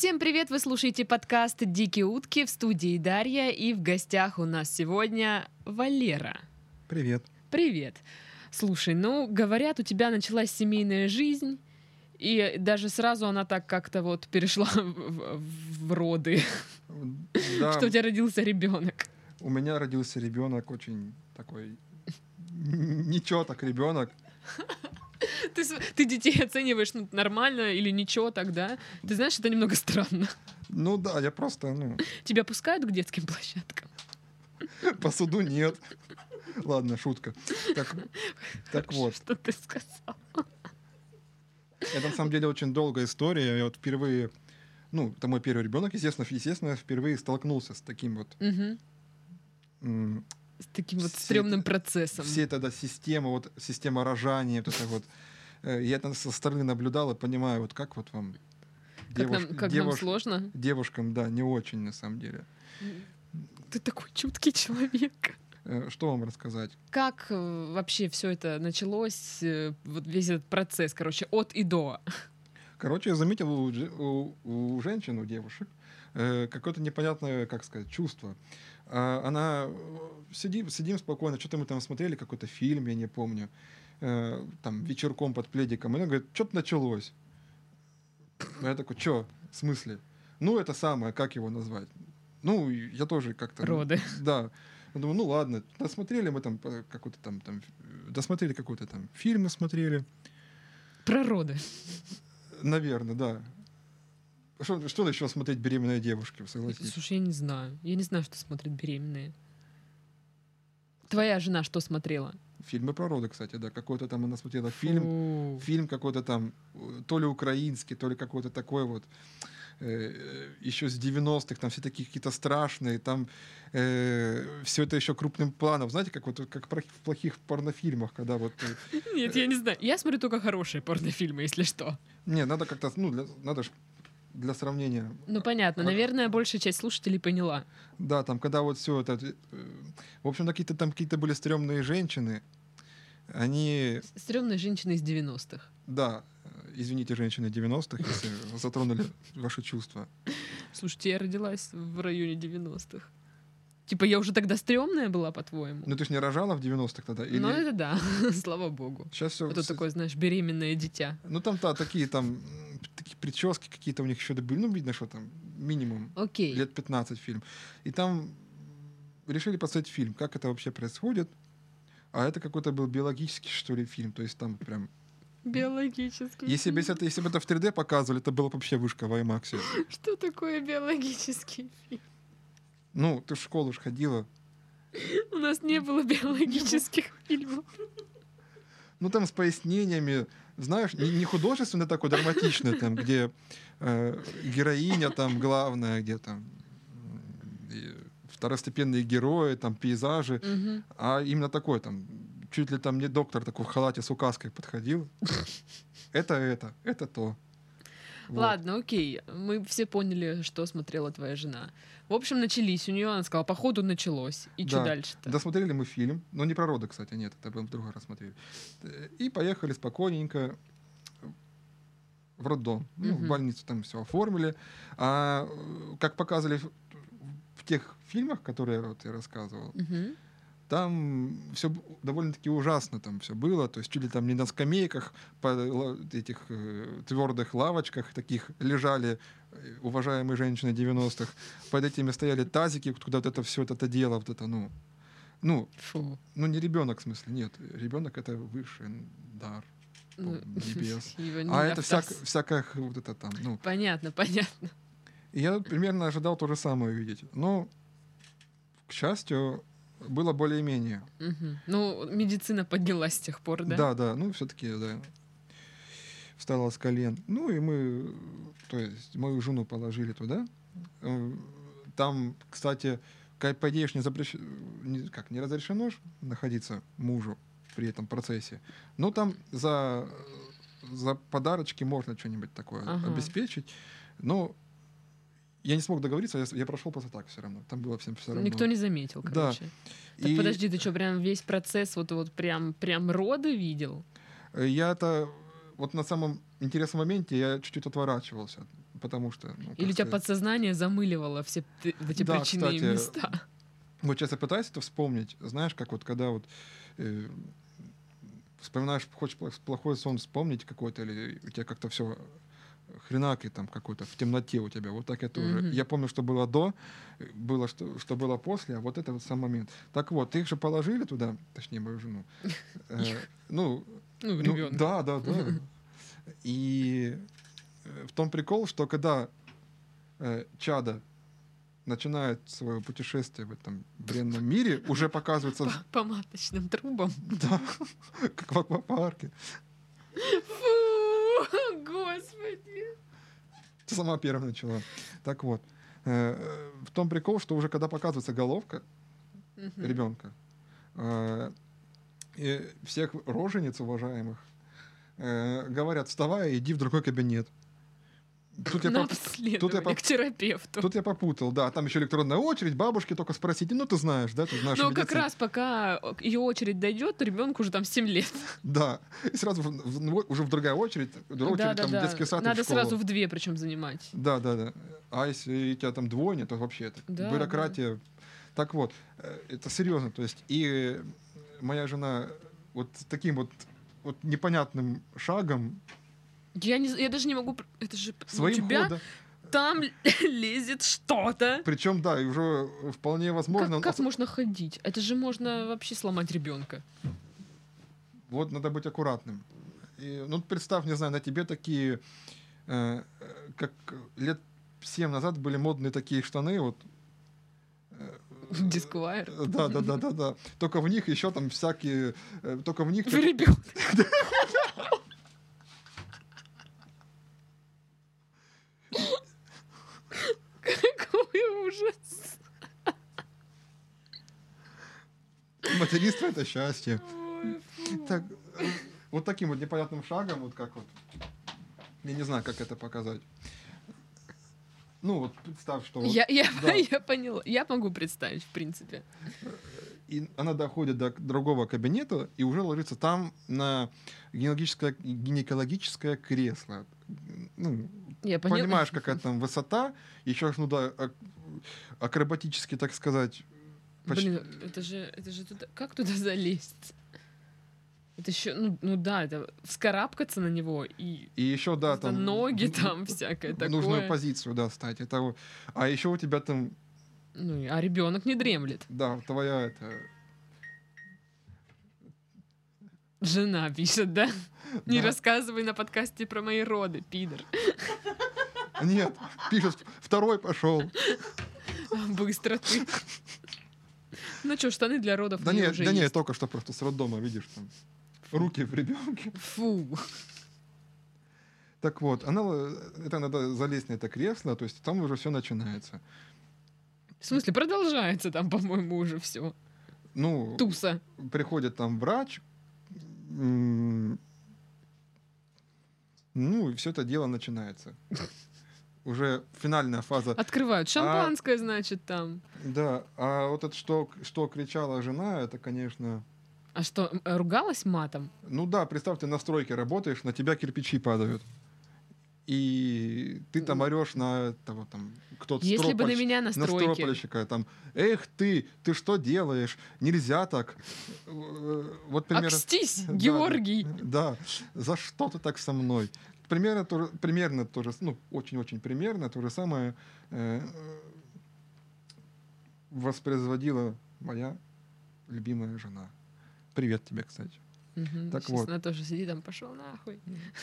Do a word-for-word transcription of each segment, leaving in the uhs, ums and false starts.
Всем привет! Вы слушаете подкаст «Дикие утки», в студии Дарья, и в гостях у нас сегодня Валера. Привет. Привет. Слушай, ну, говорят, у тебя началась семейная жизнь, и даже сразу она так как-то вот перешла в, в, в роды, Да, что у тебя родился ребенок. у меня родился ребенок очень такой ничего так ребенок. Ты, с- ты детей оцениваешь ну, нормально или ничего тогда? Ты знаешь, это немного странно. Ну да, я просто, ну, Тебя пускают к детским площадкам? по суду нет. Ладно, шутка. Так, так вот, Что ты сказал? это на самом деле очень долгая история. Я вот впервые, ну, это мой первый ребенок, естественно, естественно, я впервые столкнулся с таким вот Мгм. м, С таким вот Все стрёмным это- процессом. все эта да, система, вот система рожания, вот это вот. Э, Я это со стороны наблюдал и понимаю, вот как вот вам Как, нам, девуш- как нам девуш- сложно? девушкам, да, не очень на самом деле. Ты такой чуткий человек. Э, Что вам рассказать? Как э, вообще все это началось, э, вот весь этот процесс, короче, от и до? Короче, я заметил у, дже- у- у женщин, у девушек, э, какое-то непонятное, как сказать, чувство. А, Она э, сидим, сидим спокойно, что-то мы там смотрели, какой-то фильм, я не помню, э, там вечерком под пледиком. И она говорит, что-то началось. А я такой, что? В смысле? Ну, это самое, как его назвать? Ну, и я тоже как-то... ну, Роды. Да. Я думаю, ну ладно, досмотрели мы там э, какой-то там, там э, досмотрели какой-то там фильм, мы смотрели. Про роды. Наверное, да. Что, что еще смотреть беременной девушке, согласитесь? Слушай, я не знаю. Я не знаю, что смотрят беременные. Твоя жена что смотрела? Фильмы про роды, кстати, да. Какой-то там она смотрела фильм, Фу. фильм какой-то там, э, то ли украинский, то ли какой-то такой вот, э, еще с девяностых, там все такие какие-то страшные, там все это еще крупным планом. Знаете, как вот как про- в плохих порнофильмах, когда вот... э, Нет, я не знаю. Я смотрю только хорошие порнофильмы, если что. Не, надо как-то, ну, для- надо ж для сравнения. Ну, понятно. А- Наверное, большая часть слушателей поняла. Да, там, когда вот все это... э, В общем, какие-то там какие-то были стрёмные женщины, они... Стрёмные женщины из девяностых. Да, э, извините, женщины девяностых, если затронули ваши чувства. Слушайте, я родилась в районе девяностых. Типа, я уже тогда стрёмная была, по-твоему? Ну, ты ж не рожала в девяностых тогда? Или... Ну, это да, слава богу. Сейчас все... Это такое, знаешь, беременное дитя. Ну, там, да, такие там, м, такие прически какие-то у них еще были. Ну, видно, что там минимум Окей. лет пятнадцать фильм. И там решили поставить фильм, как это вообще происходит. А это какой-то был биологический, что ли, фильм. То есть там прям... Биологический. Если бы это, если бы это в три дэ показывали, это было бы вообще вышка в IMAX. Что такое биологический фильм? Ну, ты в школу ж ходила. У нас не было биологических фильмов. Ну, там с пояснениями, знаешь, не, не художественно такой драматичный, там, где э, героиня там главная, где там м, и второстепенные герои, там пейзажи, Мгм. а именно такой там, чуть ли там не доктор такой в халате с указкой подходил. Это это, это то. Вот. Ладно, окей. Мы все поняли, что смотрела твоя жена. В общем, начались у нее, она сказала, походу началось. И что Да. дальше-то? Досмотрели мы фильм, но не про роды, кстати, нет, это мы в другой раз смотрели. Э, И поехали спокойненько в роддом, ну, в Мгм. больницу там все оформили. А э, как показывали в, в тех фильмах, которые вот я рассказывал, Мгм. там все довольно-таки ужасно там все было, то есть чуть ли там не на скамейках, по ла- этих твердых лавочках таких лежали э, уважаемые женщины девяностых, под этими стояли тазики, куда вот это все это дело, вот это, ну, ну, Фу. ну не ребенок в смысле, нет, ребенок это высший дар Ну, небес, его не а это автос- всяк, всякое х- вот это там, ну, Понятно, понятно. и я примерно ожидал то же самое увидеть, но к счастью было более-менее. Мгм. Ну, медицина поднялась с тех пор, да? Да, да, ну все-таки, да. Встала с колен. Ну и мы, то есть мою жену положили туда. Э, Там, кстати, как по идее ж не запрещено, как не разрешено ж находиться мужу при этом процессе. Но там за за подарочки можно что-нибудь такое Ага. обеспечить. Но я не смог договориться, я, с- я прошел просто так все равно. Там было всем все равно. Никто не заметил, Да. короче. Так И- подожди, ты что, прям весь процесс вот, вот прям, прям роды видел? Э, Я это вот на самом интересном моменте я чуть-чуть отворачивался. потому что... Ну, как Или у тебя сказать, подсознание замыливало все т- эти Да, причинные кстати, места. вот сейчас я пытаюсь это вспомнить. Знаешь, как вот когда вот э, вспоминаешь, хочешь пла- плохой сон вспомнить какой-то, или у тебя как-то все хренак, и там какой-то в темноте у тебя. Вот так я тоже. Мгм. Я помню, что было до, э, было что, что было после, а вот это вот сам момент. Так вот, их же положили туда, точнее, мою жену. Э, ну, Ну, ну, ребенка. да, да, да. И э, в том прикол, что когда э, чада начинает свое путешествие в этом бренном мире, уже показывается, По, по маточным трубам. да, как в аквапарке. Фу, господи. Ты сама первая начала. Так вот, э, в том прикол, что уже когда показывается головка Мгм. ребенка, э, и всех рожениц уважаемых э, говорят: вставай, иди в другой кабинет. Тут я, На поп- обследование тут я поп- к терапевту. тут я попутал, да, там еще электронная очередь, бабушки только спросите, ну ты знаешь, да, ты знаешь. Но как раз пока ее очередь дойдет, ребенку уже там семь лет. Да, и сразу в- в- уже в другая очередь, другая очередь, там детский сад и в Надо школу. сразу в две причем занимать. Да, да, да. А если у тебя там двойня, то вообще это Да, бюрократия. Так вот, э, это серьезно. То есть и моя жена вот таким вот, вот непонятным шагом, Я, не, з- я даже не могу... пр- Это же у своим тебя ходом, там лезет что-то. причем, да, и уже вполне возможно... Как, он как ос- можно ходить? Это же можно вообще сломать ребенка. Вот надо быть аккуратным. И, ну, представь, не знаю, на тебе такие, э, э, как лет семь назад были модные такие штаны, вот. э, Дисквайр. э, Да, да, да, да, да. Только в них еще там всякие, э, только в них... Вы ребенок. Какой ужас. Материнство — это счастье. Ой, фу. Так, э, вот таким вот непонятным шагом, вот как вот, я не знаю, как это показать. Ну, вот представь, что вот, Я, я, да. я поняла. Я могу представить, в принципе. и она доходит до другого кабинета и уже ложится там на гинекологическое, гинекологическое кресло. Ну, Я поняла. понимаешь, какая там высота, еще ж, ну да, ак- акробатически, так сказать, почти- Блин, это же, это же туда... Как туда залезть? Это еще, ну, ну да, это вскарабкаться на него и и еще, да, просто там... ноги в- там всякое в такое. нужную позицию, да, стать. Это, вот- а еще у тебя там, Ну, и- а ребенок не дремлет. да, твоя это... Жена пишет, да? Не да. рассказывай на подкасте про мои роды, пидор. Нет, пишет, второй пошел. Быстро ты. Ну что, штаны для родов Да у неё нет, уже да нет, есть. только что просто с роддома, видишь, там руки в ребенке. Фу. Так вот, она, э, это надо залезть на это кресло, то есть там уже все начинается. В смысле, продолжается там, по-моему, уже все. Ну, Туса. приходит там врач, м, ну, и все это дело начинается. Уже финальная фаза. Открывают шампанское, значит, там. Да, а вот это, что, что кричала жена, это, конечно... А что, м, э, ругалась матом? Ну да, представь, ты на стройке работаешь, на тебя кирпичи падают. И ты там орешь на того там, кто-то Если бы на стропольщ- меня на на стройке. стропольщика, там, эх ты, ты что делаешь? Нельзя так. Э, Вот примерно... Акстись, Да, Георгий. Да, за что ты так со мной? Примерно то, же- примерно то же, ну, очень-очень примерно то же самое э, воспроизводила моя любимая жена. Привет тебе, кстати. Мгм, Так Сейчас вот. она тоже сидит там, пошел нахуй.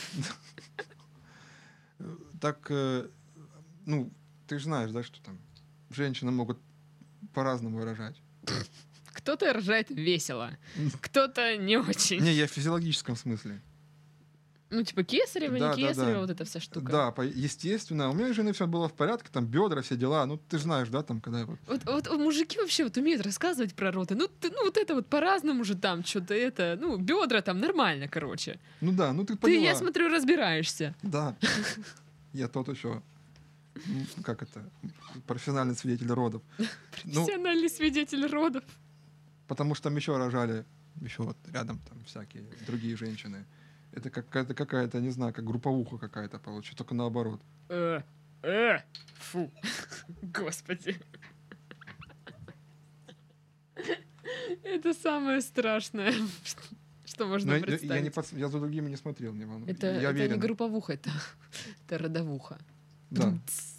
Так, э, ну, ты же знаешь, да, что там женщины могут по-разному рожать. Кто-то рожает весело, кто-то не очень. Не, я в физиологическом смысле. Ну, типа кесарево, Да, да, не кесарево, да. вот эта вся штука. Да, по- естественно. У меня у жены все было в порядке, там бедра, все дела. Ну, ты же знаешь, да, там, когда вот... Вот, вот мужики вообще вот умеют рассказывать про роды. Ну, ты, ну вот это вот по-разному же там что-то это, ну, бедра там нормально, короче. Ну да, ну ты Ты, поняла. я смотрю, разбираешься. Да. Я тот еще, м, как это, профессиональный свидетель родов. Ну, Профессиональный свидетель родов. потому что там еще рожали, еще вот рядом там всякие другие женщины. Это какая-то, какая-то, не знаю, как групповуха какая-то получится, только наоборот. Э, Э, фу, господи. Это самое страшное, что можно Но я, представить. я, не подс- я за другими не смотрел, не волнуйся. Это, я это верен. не групповуха, это, это родовуха. Да.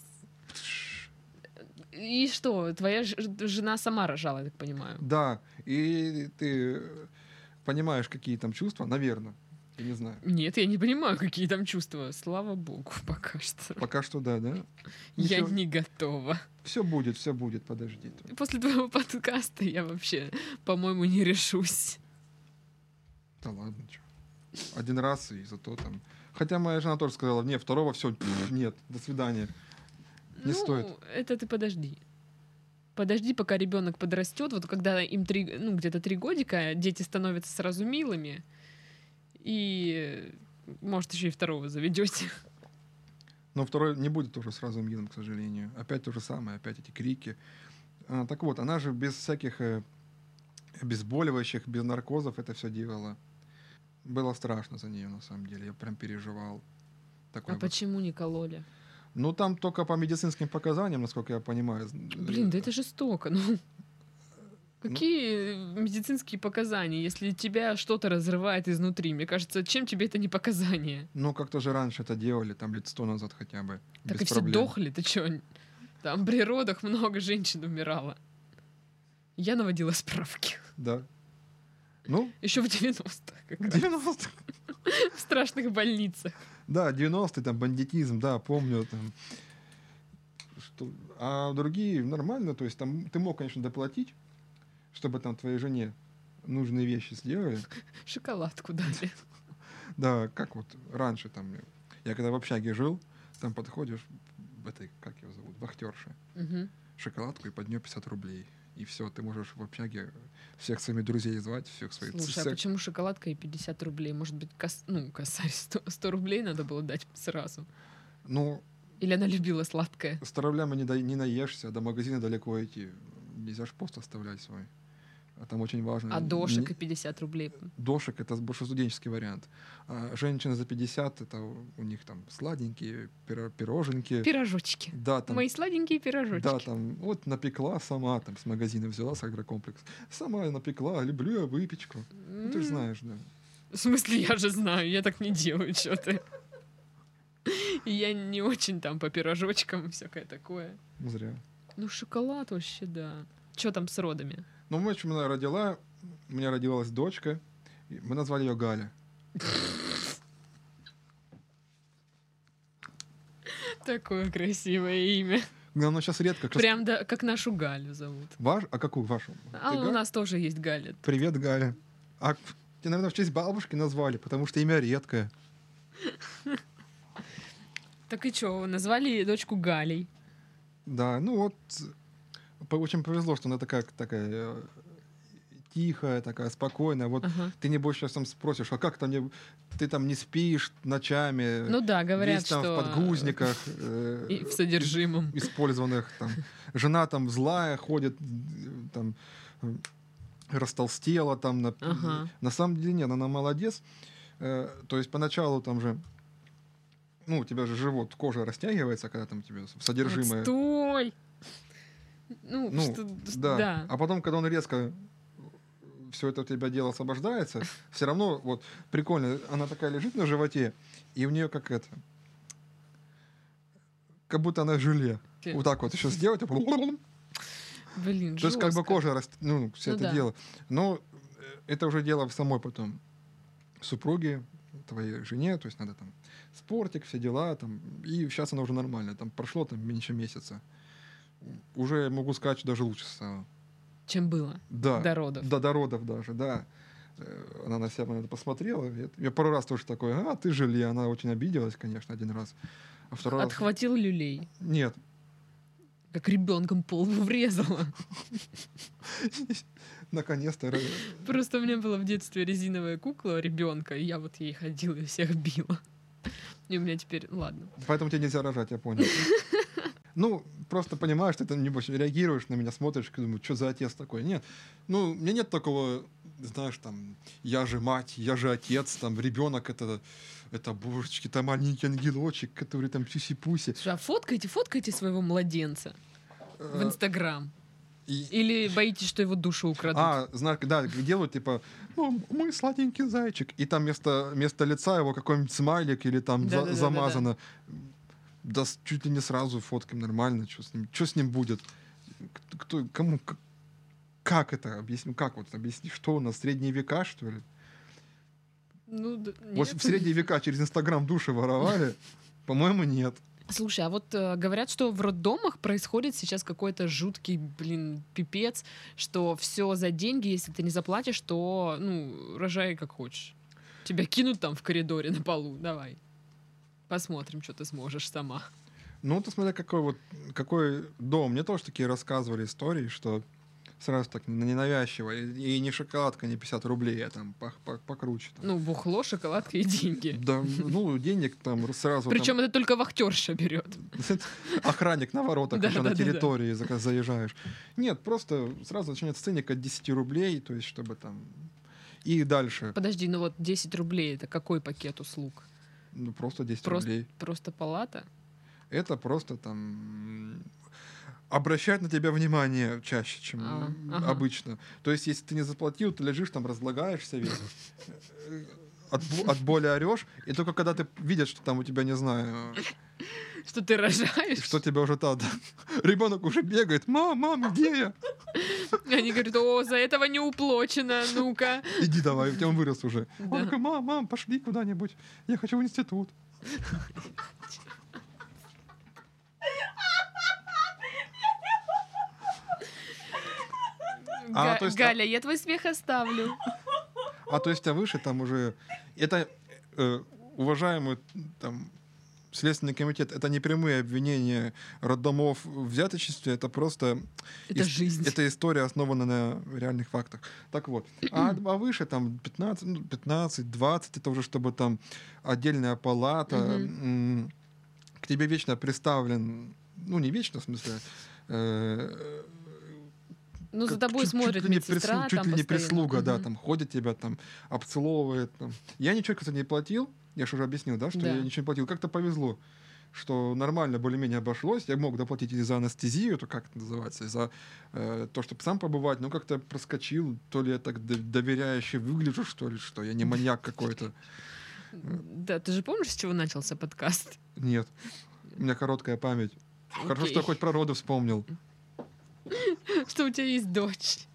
И что, твоя ж- жена сама рожала, я так понимаю? Да, и ты понимаешь, какие там чувства, наверное, я не знаю. Нет, я не понимаю, какие там чувства. Слава богу, пока что. Пока что да, да? Я не готова. Все будет, все будет, подожди. После твоего подкаста я вообще, по-моему, не решусь. Да ладно, чё. Один раз и зато там... Хотя моя жена тоже сказала, не, второго все, нет, до свидания. Не ну, стоит. Это ты подожди. Подожди, пока ребенок подрастет. Вот когда им три, ну, где-то три годика, дети становятся сразу милыми. И, может, еще и второго заведете. Но второй не будет тоже сразу милым, к сожалению. Опять то же самое, опять эти крики. А, так вот, она же без всяких э, обезболивающих, без наркозов это все делала. Было страшно за нее, на самом деле. Я прям переживал. Такой А вот. почему не кололи? Ну, там только по медицинским показаниям, насколько я понимаю. Блин, да это жестоко. Ну, какие медицинские показания, если тебя что-то разрывает изнутри? Мне кажется, чем тебе это не показания? Ну, как-то же раньше это делали, там лет сто назад хотя бы. Так без и все проблем. дохли, ты чё? Там при родах много женщин умирало. Я наводила справки. Да. Ну, Еще в девяностых. Как раз. девяностых. В страшных больницах. Да, девяностые, там, бандитизм, да, помню, там. Что... А другие нормально, то есть там ты мог, конечно, доплатить, чтобы там твоей жене нужные вещи сделали. Шоколадку дали. Да, как вот раньше там, я когда в общаге жил, там подходишь, в этой, как его зовут, вахтерша, Мгм. шоколадку и под нее пятьдесят рублей. И все, ты можешь в общаге всех своих друзей звать, всех своих... Слушай, а всех- почему шоколадка и пятьдесят рублей? Может быть, кос... ну, косарь сто, сто рублей надо было дать сразу? Ну, Или она любила сладкое? с рублями не, до- не наешься, до магазина далеко идти. Нельзя же пост оставлять свой. А там очень важно... А дошек не- и пятьдесят рублей? Дошек — это больше студенческий вариант. А женщины за пятьдесят — это у у них там сладенькие пиро- пироженки. Пирожочки. Да, там, Мои сладенькие пирожочки. да, там, вот напекла сама, там, с магазина взяла с агрокомплекс. Сама напекла, люблю я выпечку. Ну, ты же М, знаешь, да. В смысле, я же знаю, я так не делаю, что ты. И я не очень там по пирожочкам, всякое такое. Зря. Ну, шоколад вообще, да. Что там с родами? Ну, в общем, она родила, у меня родилась дочка, и мы назвали ее Галя. Такое красивое имя. Но оно сейчас редко. Сейчас... Прям да, как нашу Галю зовут. Ваш? А какую вашу? А Ты у Га- нас тоже есть Галя. Привет, Галя. А тебя, наверное, в честь бабушки назвали, потому что имя редкое. Так и что, назвали дочку Галей. Да, ну вот, по- очень повезло, что она такая, такая э, тихая, такая спокойная. Вот Ага. ты не больше сейчас там спросишь, а как там не... ты там не спишь ночами, Ну да, говорят, весь там что... в подгузниках э, И в содержимом. использованных, там, жена там злая ходит, э, там, э, растолстела, там, на, Ага. на самом деле нет, она молодец. Э, то есть поначалу там же, ну, у тебя же живот, кожа растягивается, когда там тебе содержимое... Отстой! Ну, Ну, что, Да. да. А потом, когда он резко все это у тебя дело освобождается, все равно вот прикольно, она такая лежит на животе, и у нее как это, как будто она желе. Ты- Вот так вот еще сделать, а потом- Блин, то есть как бы жёстко. кожа, раст- ну, все Ну это да. дело. Но э, это уже дело в самой потом супруге, твоей жене, то есть надо там спортик, все дела, там, и сейчас она уже нормально, там прошло там меньше месяца. Уже могу сказать, что даже лучше стало. Чем было Да. до родов. Да, до родов даже, да. Э, Она на себя на это посмотрела. Я, я пару раз тоже такой, а, ты желе. Она очень обиделась, конечно, один раз. А второй раз... Отхватил люлей. Нет. Как ребенком пол врезала. Наконец-то. ра- Просто у меня была в детстве резиновая кукла ребенка, и я вот ей ходила и всех била. И у меня теперь, ладно. Поэтому тебе нельзя рожать, я понял. Ну, просто понимаешь, ты там, небось, реагируешь на меня, смотришь, и думаю, что за отец такой. Нет. Ну, у меня нет такого знаешь, там, я же мать, я же отец, там, ребенок это, это, божечки, там маленький ангелочек, который там писи-пуси. Слушай, а фоткайте, фоткайте своего младенца в Э, Инстаграм. и- Или боитесь, что его душу украдут? А, знаешь, да, как делают, типа, ну, мой сладенький зайчик, и там вместо, вместо лица его какой-нибудь смайлик или там за- Да-да-да-да-да. замазано. Да с- чуть ли не сразу фоткаем нормально, что с ним, что с ним будет? Кто, кто- кому, к- как это объясню, как вот объясни, что у нас, средние века, что ли? Ну, да, Вот нет. в средние века через Инстаграм души воровали? По-моему, нет. Слушай, а вот э, говорят, что в роддомах происходит сейчас какой-то жуткий, блин, пипец, что все за деньги, если ты не заплатишь, то, ну, рожай как хочешь. Тебя кинут там в коридоре на полу, давай. Посмотрим, что ты сможешь сама. Ну, ты смотри, какой вот, какой дом. Мне тоже такие рассказывали истории, что сразу так ненавязчиво. И, и не шоколадка, не пятьдесят рублей, а там по- по- покруче. Там. Ну, бухло, шоколадка и деньги. Да, ну, денег там сразу... Причем это только вахтерша берет. там охранник на воротах, Да, еще да, на да, да. территории за- заезжаешь. Нет, просто сразу начинается ценник от десяти рублей, то есть чтобы там... И дальше. Подожди, ну вот десять рублей это какой пакет услуг? Ну, просто десять Просто, рублей. просто палата? Это просто там... обращать на тебя внимание чаще, чем А, ага. обычно. То есть, если ты не заплатил, ты лежишь там, разлагаешься весь, от, бо- от боли орешь, и только когда ты видишь, что там у тебя, не знаю, Что ты рожаешь? что тебя уже та, да, ребенок уже бегает, мам, мам, где я? Они говорят, о, за этого не уплочено, ну-ка. Иди давай, у тебя он вырос уже. Да. Он такой, мам, мам, пошли куда-нибудь, я хочу в институт. А, Га- то есть, а- Галя, я твой смех оставлю. А то есть, а выше там уже... Это, э, уважаемый там, Следственный комитет, это не прямые обвинения роддомов в взяточестве, это просто... Это ис- жизнь. Это история, основана на реальных фактах. Так вот. А, а выше там пятнадцать, ну, пятнадцать, двадцать, это уже чтобы там отдельная палата, м, к тебе вечно приставлен, ну не вечно, в смысле, э, Ну, за как- тобой чуть- смотрит чуть ли не медсестра, прислу- чуть там ли не постоянно. прислуга, да, Мгм. там ходит тебя, там обцеловывает. Там. Я ничего, кстати, не платил, я же уже объяснил, да, что Да. я ничего не платил. Как-то повезло, что нормально более-менее обошлось. Я мог доплатить и за анестезию, то как это называется, и за э, то, чтобы сам побывать, но как-то проскочил, то ли я так д- доверяюще выгляжу, что ли, что я не маньяк какой-то. Да, ты же помнишь, с чего начался подкаст? Нет, у меня короткая память. Хорошо, Окей. что я хоть про роды вспомнил. Что у тебя есть дочь.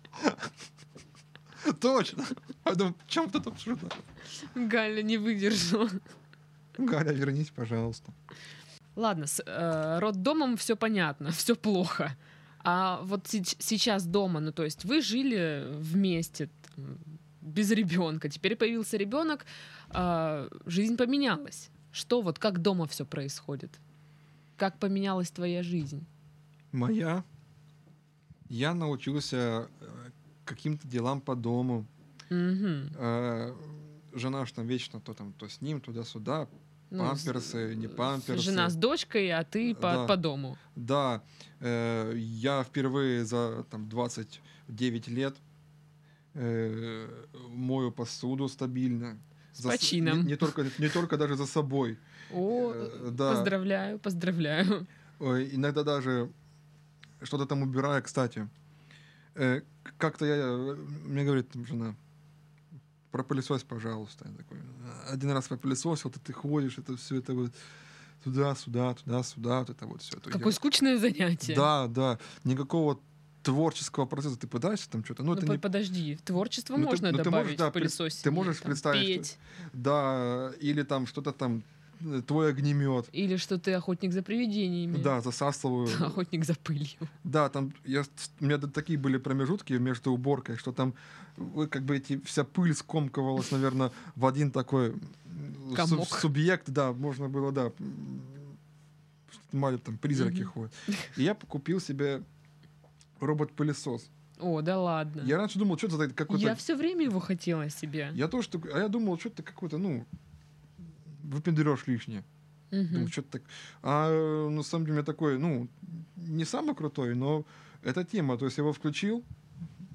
Точно! А думаю, в чем ты тут обсуждаешь? Галя не выдержала. Галя, вернись, пожалуйста. Ладно, с э, роддомом все понятно, все плохо. А вот сеч- сейчас дома, ну то есть вы жили вместе, там, без ребенка, теперь появился ребенок, а, жизнь поменялась. Что вот, как дома все происходит? Как поменялась твоя жизнь? Моя. Я научился э, каким-то делам по дому. Мгм. Э, Жена ж там вечно то там, то с ним, туда-сюда. Ну, Памперсы, не памперсы. Жена с дочкой, а ты по, Да. по дому. Да, э, я впервые за там, двадцать девять лет э, мою посуду стабильно. С За с- почином. Не, не только, не только даже за собой. О, Э, да. поздравляю, поздравляю. Ой, иногда даже что-то там убираю, кстати. Э, как-то я, э, мне говорит там жена, пропылесось, пожалуйста. Я такой, один раз пропылесосил, ты, ты ходишь, это все это вот туда-сюда, туда-сюда, вот это вот все. Какое скучное занятие. Да, да, никакого творческого процесса, ты пытаешься там что-то, ну, Ну, это по- не... подожди, творчество Ну, ты- можно ну, ты добавить можешь, да, в пред- пылесосе. ты можешь представить, что- петь, Да, или там что-то там, э, твой огнемет, или что ты охотник за привидениями. да, засасываю. Охотник за пылью. Да, там я, с- у меня д- такие были промежутки между уборкой, что там вы как бы эти, вся пыль скомкивалась, наверное, в один такой м, суб- Комок. субъект, да, можно было, да, м, что-то мали там призраки Мгм. ходят. И я купил себе робот-пылесос. О, да ладно. Я раньше думал, что это за какой-то... Я все время его хотела себе. Я тоже, так- а я думал, что это какой-то, ну, выпендрёж лишнее. Мгм. Думаю, что-то так. А э, на самом деле у меня такой, ну, не самый крутой, но эта тема, то есть я его включил,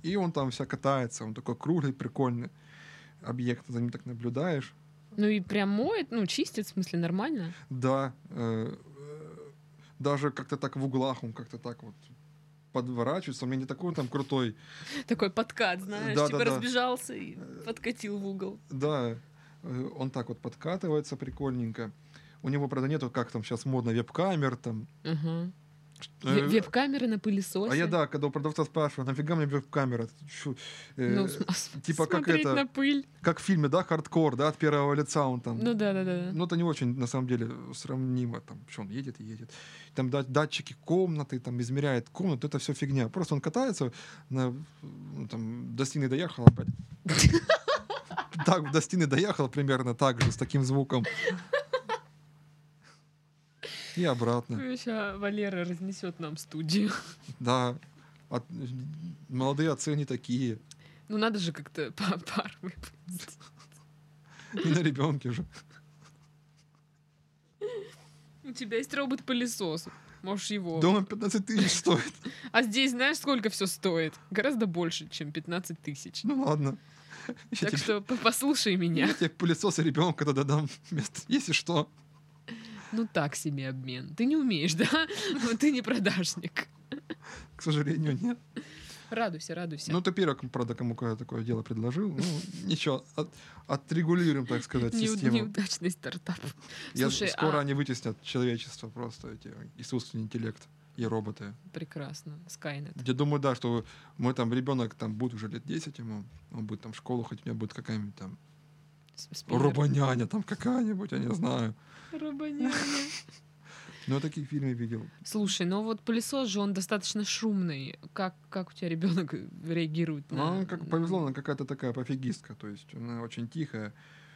И он там вся катается, он такой круглый, прикольный объект, за ним так наблюдаешь. Ну и прям моет, ну чистит, в смысле, нормально? Да, э, э, даже как-то так в углах он как-то так вот подворачивается. У меня не такой там крутой. Такой подкат, знаешь, Да, типа да, да. разбежался и подкатил в угол. Да, э, он так вот подкатывается прикольненько. У него, правда, нету, как там сейчас модно, веб-камер там. Ага. Э, Ве- Веб-камеры на пылесосе. А я, да, когда у продавца спрашиваю, нафига мне веб-камера? Чё, э, Ну, см- с- типа как смотреть это, на пыль. как в фильме, да, «Хардкор», да, от первого лица он там. Ну да, да, да. Ну, это не очень, на самом деле, сравнимо. Там, что он едет и едет. Там да- датчики комнаты, там измеряет комнату, это все фигня. Просто он катается, на, ну, там, до стены доехал опять. Так, до стены доехал примерно так же, с таким звуком. И обратно. Сейчас Валера разнесет нам студию. Да. От- молодые отцы они такие. Ну надо же как-то па- пар выпустить. Не на ребенке же. У тебя есть робот-пылесос. Можешь его. Дома пятнадцать тысяч стоит. А здесь знаешь, сколько все стоит? Гораздо больше, чем пятнадцать тысяч. Ну ладно. Я Так тебе, что по- послушай меня. я тебе пылесос и ребенка тогда дам вместо, если что. Ну так себе обмен. Ты не умеешь, да? Ну, ты не продажник. К сожалению, нет. Радуйся, радуйся. Ну, ты первый, правда, кому я такое дело предложил. Ну, ничего, от- отрегулируем, так сказать, Неу- систему. Неудачный стартап. Я- Слушай, скоро а- они вытеснят человечество просто, эти искусственный интеллект и роботы. Прекрасно. Скайнет. Я думаю, да, что мой там ребенок там будет уже лет десять ему, он будет там в школу, хоть у меня будет какая-нибудь там С- спиннер. робоняня там какая-нибудь, я не знаю. Робоняня. Но я такие фильмы видел. Слушай, ну вот пылесос же, он достаточно шумный. Как, как у тебя ребенок реагирует на... Ну, как повезло, она какая-то такая пофигистка, то есть она очень тихая.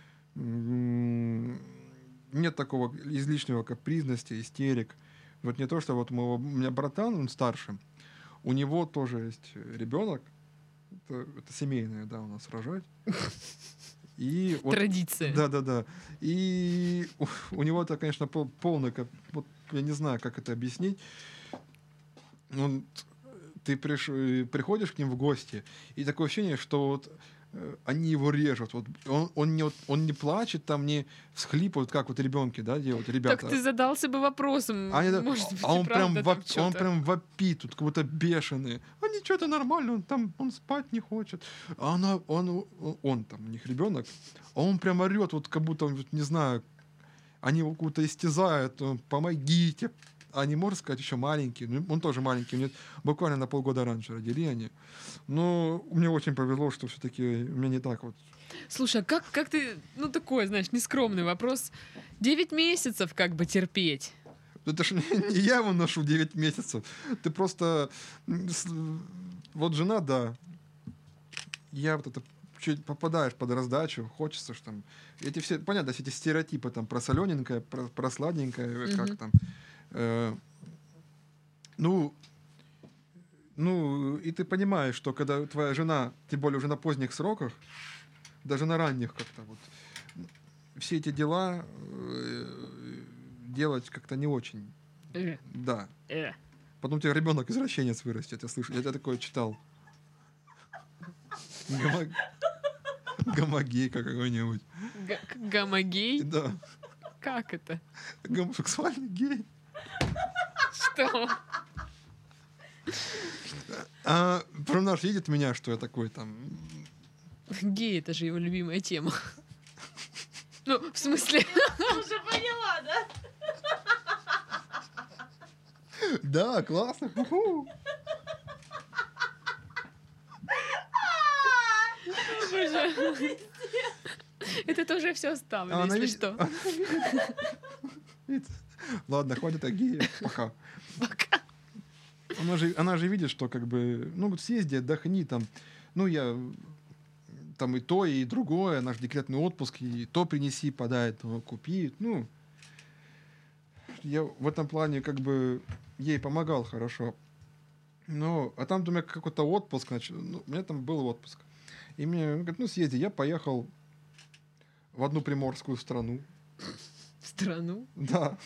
М, Нет такого излишнего капризности, истерик. Вот не то, что вот моего, у меня братан, он старше, у него тоже есть ребенок, это, это семейное, да, у нас рожать. И вот, Традиция. да, да, да. И у, у него это, конечно, пол- полный, кап- вот я не знаю, как это объяснить. Он, ты приш, э, приходишь к ним в гости, и такое ощущение, что вот э, они его режут. Вот он, он, не, вот- он не плачет, там не всхлипывают, как вот ребенки, да, делают, ребята. Так ты задался бы вопросом. А, они- Может быть, а и он, прям правда воп- там он чё-то. прям вопит, тут как будто бешеный. А ничего, это нормально, он там он спать не хочет. А она, он, он, он там, у них ребенок, а он прям орет, вот как будто он, вот, не знаю, они его как-то истязают, он, помогите. А не можно сказать, еще маленький. Ну, он тоже маленький, у меня буквально на полгода раньше родили они. Но мне очень повезло, что все-таки у меня не так вот. Слушай, а как, как ты, ну такой, знаешь, нескромный вопрос. Девять месяцев как бы терпеть. Это ж не, не я его ношу девять месяцев. Ты просто... м, с- Вот жена, да. Я вот это чуть попадаешь под раздачу, хочется ж там... Эти все, понятно, все эти стереотипы там про солененькое, про, про сладенькое, Мгм. как там... э, ну, ну, и ты понимаешь, что когда твоя жена, тем более уже на поздних сроках, даже на ранних как-то вот, все эти дела э, делать как-то не очень. Э, Да. э. Потом у тебя ребенок извращенец вырастет, я слышу. Я это такое читал. Гомо- Гомогейка какой-нибудь. Г- к- Гомогей? Да. Как это? Гомосексуальный гей. Что? А Промнаш видит меня, что я такой там... Гей — это же его любимая тема. Ну, в смысле... Уже поняла, да? Да, классно. ху-ху. Боже. Это тоже все оставлю, А она если видит- что. она видит- видит. Ладно, хватит о гее. Пока. Пока. Она же, она же видит, что как бы, ну вот съезди, отдохни там. Ну я там и то, и другое, наш декретный отпуск, и то принеси, подай, то купи. Ну, я в этом плане как бы ей помогал хорошо. Ну, а там у меня какой-то отпуск, значит, ну, у меня там был отпуск. И мне он говорит, ну съезди, я поехал в одну приморскую страну. В страну. Да.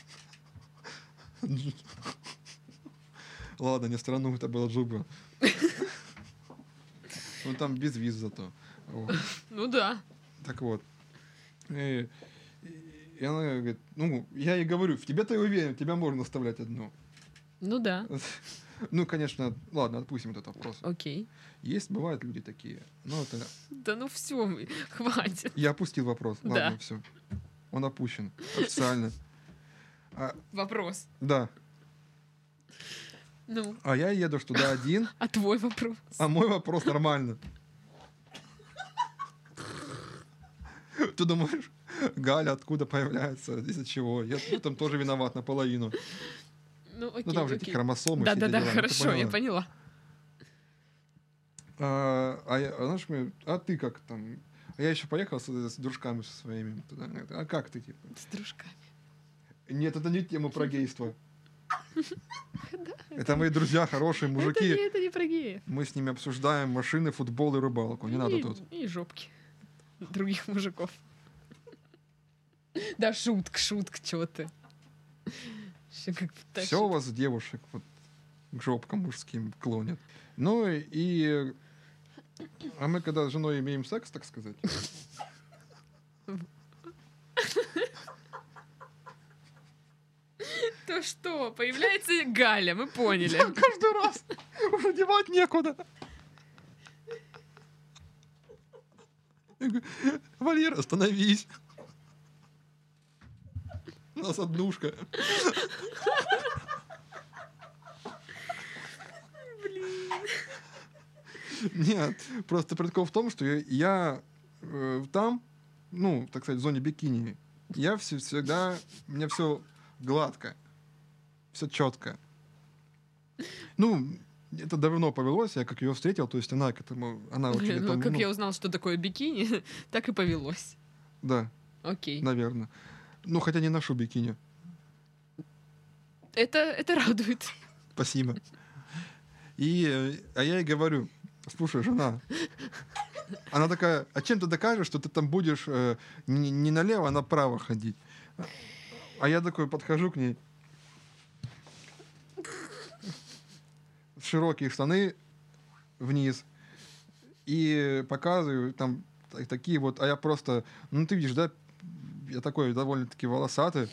Ладно, не страну, это было Джуба. Ну, там без виз зато. Вот. Ну да. Так вот. И, и она говорит, ну, я ей говорю, в тебе-то я уверен, тебя можно оставлять одну. Ну да. Ну, конечно, ладно, отпустим этот вопрос. Окей. Есть, бывают люди такие. Ну, это... Да ну все, хватит. Я опустил вопрос. Да. Ладно, все. Он опущен. Официально. А, Вопрос. да. Ну, А я еду ж туда один, а твой вопрос? а мой вопрос нормально. Ты думаешь, Галя откуда появляется, из-за чего? Я в этом тоже виноват наполовину. Ну, окей, Ну там же эти окей. хромосомы. все эти Да-да-да, дела, ну, ты хорошо, я поняла. поняла. А, а, я- она ж мне, а ты как там? А я еще поехал с, с дружками со своими. Туда. Она говорит, а как ты, типа? С дружками. Нет, это не тема про гейство. Да, Это мои друзья, хорошие Это мужики. не, это не про геев. Мы с ними обсуждаем машины, футбол и рыбалку. Не надо И- тут. И жопки других мужиков. Да, шутка, шутка, чего ты. Всё как так Все у вас девушек вот к жопкам мужским клонят. Ну и... А мы когда с женой имеем секс, так сказать, То что, появляется Галя, мы поняли. каждый раз уже девать некуда. Я говорю, Валера, остановись. У нас однушка. Нет, просто прикол в том, что я, я, э, там, ну, так сказать, в зоне бикини, я все, всегда, у меня все гладко, все четко. Ну, это давно повелось, я как ее встретил, то есть она к этому, она очень Ну, этому, как ну, я узнал, что такое бикини, так и повелось. да, Окей. наверное. Ну, хотя не ношу бикини. Это, это радует. Спасибо. И, э, а я ей говорю, слушай, жена, она такая, а чем ты докажешь, что ты там будешь э, не, не налево, а направо ходить? А я такой подхожу к ней. Широкие штаны вниз. И показываю там та- такие вот, а я просто, ну ты видишь, да, я такой довольно-таки волосатый.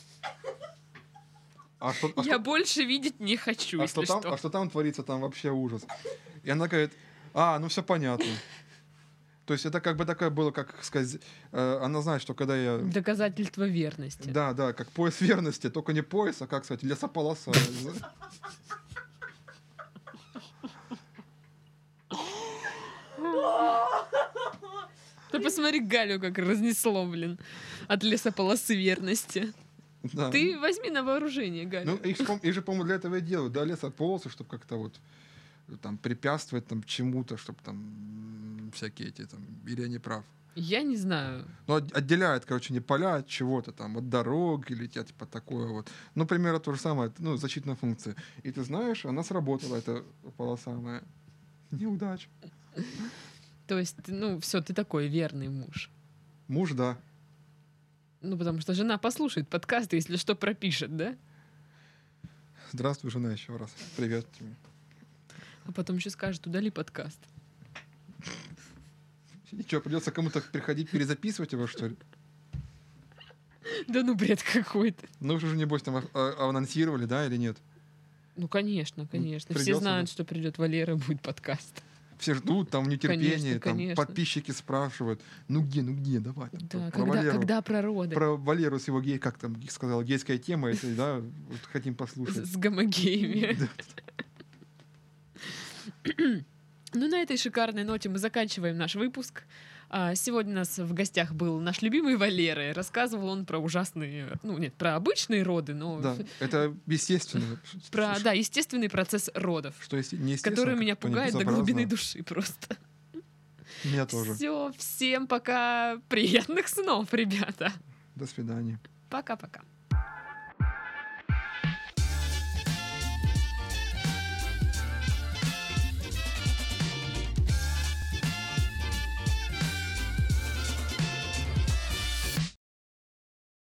А что, а Я что- больше видеть не хочу, а если что, там, что. а что там творится, там вообще ужас. И она говорит, а, ну все понятно. То есть это как бы такое было, как сказать, э, она знает, что когда я... Доказательство верности. Да, да, как пояс верности, только не пояс, а как сказать, лесополоса. Ты посмотри Галю, как разнесло, блин, от лесополосы верности. Да. Ты возьми на вооружение, Галя. Ну, их, ж, по- их же, по-моему, для этого и делают, да, лесополосы, чтобы как-то вот там препятствовать там чему-то, чтобы там м, всякие эти там, или я не прав. Я не знаю. Ну, от- отделяет, короче, не поля от чего-то там, от дорог или тебя, типа такое вот. Ну, примерно то же самое, ну, защитная функция. И ты знаешь, она сработала, эта полоса моя. Неудача. То есть, ну, все, ты такой верный муж. Муж, да. Ну, потому что жена послушает подкасты, если что, пропишет, да? Здравствуй, жена, еще раз. Привет тебе. А потом еще скажет, удали подкаст. И что, придется кому-то приходить перезаписывать его, что ли? Да ну, бред какой-то. Ну, уже, небось, там а- а- анонсировали, да, или нет? Ну, конечно, конечно. Все придётся, знают, да. что придет Валера, будет подкаст. Все ждут, там в нетерпении, Конечно, там конечно. подписчики спрашивают, ну где, ну где, давай. там, Да, про когда, Валеру. когда про роды? Про Валеру с его гей, как там сказал, гейская тема, если, да, вот хотим С, послушать. с гомогеями. Ну, на этой шикарной ноте мы заканчиваем наш выпуск. А, Сегодня у нас в гостях был наш любимый Валера. И рассказывал он про ужасные, ну, нет, про обычные роды, но Да, это естественно. про, да, естественный процесс родов, Что есть неестественно, который меня то не пугает до безобразно. глубины души просто. Меня тоже. Все, всем пока. Приятных снов, ребята. До свидания. Пока-пока.